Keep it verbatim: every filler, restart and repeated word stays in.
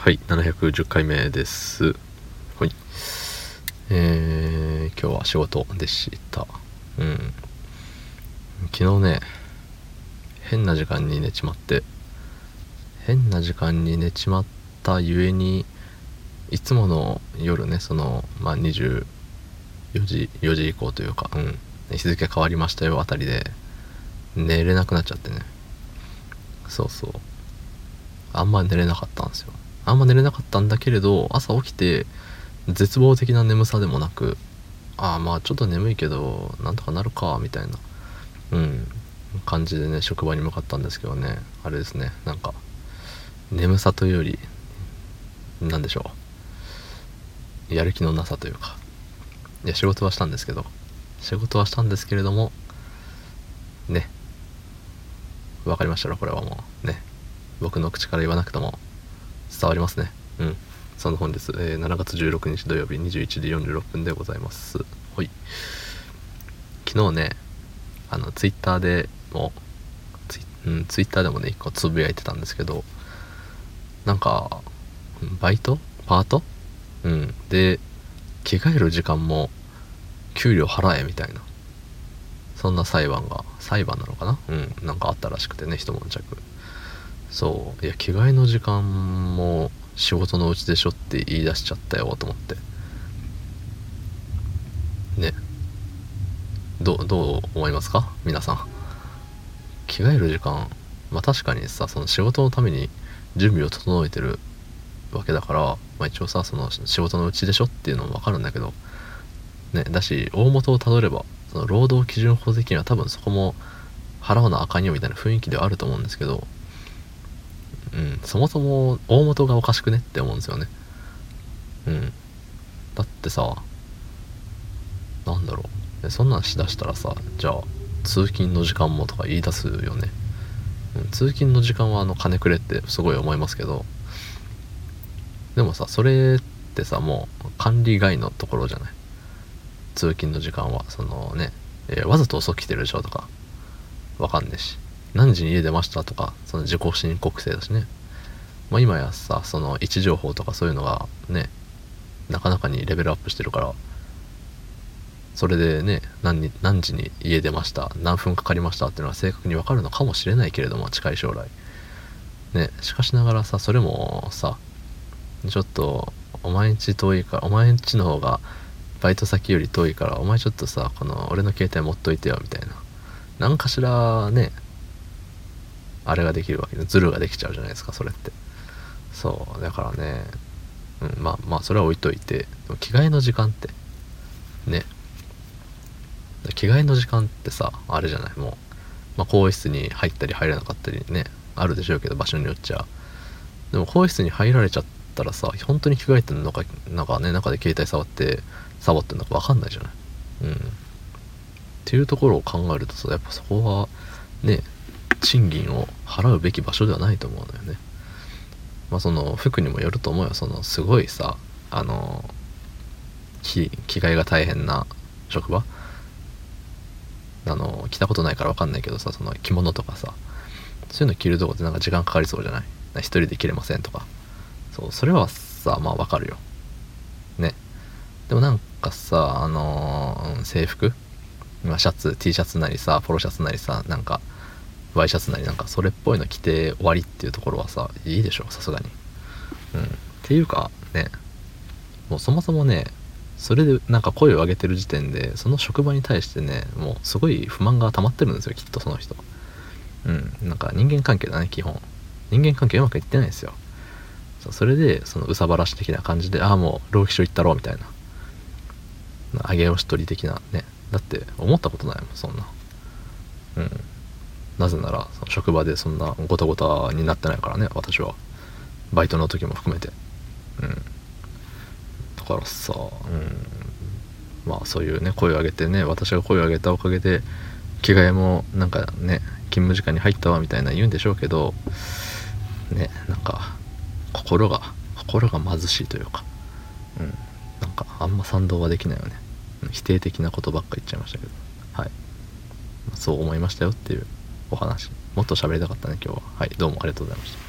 はい、ななひゃくじゅっかいめです。はい。えー、今日は仕事でした。うん。昨日ね、変な時間に寝ちまって、変な時間に寝ちまったゆえに、いつもの夜ね、その、まあ、にじゅうよじ、よじ以降というか、うん、日付変わりましたよあたりで、寝れなくなっちゃってね。そうそう。あんま寝れなかったんですよ。あんま寝れなかったんだけれど、朝起きて、絶望的な眠さでもなく、ああまあちょっと眠いけどなんとかなるかみたいなうん感じでね、職場に向かったんですけどね、あれですね、なんか眠さというよりなんでしょう、やる気のなさというか、いや仕事はしたんですけど仕事はしたんですけれどもね、わかりましたらこれはもうね、僕の口から言わなくても伝わりますね。うん。その本日、えー、しちがつじゅうろくにち土曜日にじゅういちじよんじゅうろっぷんでございます。ほい。昨日ね、あのツイッターでもツイ,、うん、ツイッターでもね一個つぶやいてたんですけど、なんかバイトパートうんで着替える時間も給料払えみたいな、そんな裁判が裁判なのかな、うんなんかあったらしくてね、一悶着。そう、いや着替えの時間も仕事のうちでしょって言い出しちゃったよと思ってね。どどう思いますか皆さん。着替える時間、まあ確かにさ、その仕事のために準備を整えてるわけだから、まあ、一応さ、その仕事のうちでしょっていうのも分かるんだけどね、だし大元をたどればその労働基準法的には多分そこも払わなあかんよみたいな雰囲気ではあると思うんですけど、うん、そもそも大元がおかしくねって思うんですよね。うん、だってさ、なんだろう、そんなんしだしたらさ、じゃあ通勤の時間もとか言い出すよね。うん、通勤の時間はあの金くれってすごい思いますけど、でもさ、それってさ、もう管理外のところじゃない。通勤の時間はそのね、えーわざと遅く来てるでしょとかわかんねえし、何時に家出ましたとかその自己申告制だしね。まあ今やさ、その位置情報とかそういうのがね、なかなかにレベルアップしてるから、それでね、何に何時に家出ました、何分かかりましたっていうのは正確にわかるのかもしれないけれども、近い将来ね。しかしながらさ、それもさ、ちょっとお前んち遠いから、お前んちの方がバイト先より遠いからお前ちょっとさ、この俺の携帯持っといてよみたいな、なんかしらね、あれができるわけで、ズルができちゃうじゃないですか、それって。そうだからね、うん、まあまあそれは置いといて、でも着替えの時間ってね、着替えの時間ってさ、あれじゃない、もう、まあ、更衣室に入ったり入らなかったりね、あるでしょうけど場所によっちゃ。でも更衣室に入られちゃったらさ、本当に着替えてんのか、なんかね、中で携帯触ってサボってんのか分かんないじゃない。うんっていうところを考えるとさ、やっぱそこはね、賃金を払うべき場所ではないと思うのよね。まあその服にもよると思うよ。そのすごいさ、あの着着替えが大変な職場、あの着たことないから分かんないけどさ、その着物とかさ、そういうの着るとこってなんか時間かかりそうじゃない。一人で着れませんとか、そう、それはさ、まあ分かるよね。でもなんかさ、あのー制服、まあ、シャツ T シャツなりさ、ポロシャツなりさ、なんかワイシャツなりなんかそれっぽいの着て終わりっていうところはさ、いいでしょさすがに。うんっていうかね、もうそもそもね、それでなんか声を上げてる時点でその職場に対してね、もうすごい不満が溜まってるんですよ、きっとその人。うんなんか人間関係だね、基本人間関係うまくいってないんですよ。それでその憂さ晴らし的な感じで、ああもう労基署行ったろうみたいな、上げ押し取り的なね。だって思ったことないもんそんな。うんなぜならその職場でそんなゴタゴタになってないからね、私は。バイトの時も含めて。うんだからさ、うんまあそういうね、声を上げてね、私が声を上げたおかげで着替えもなんかね、勤務時間に入ったわみたいな言うんでしょうけどね、なんか心が心が貧しいというか、うんなんかあんま賛同はできないよね。否定的なことばっか言っちゃいましたけど、はい、そう思いましたよっていうお話。もっと喋りたかったね今日は。はい、どうもありがとうございました。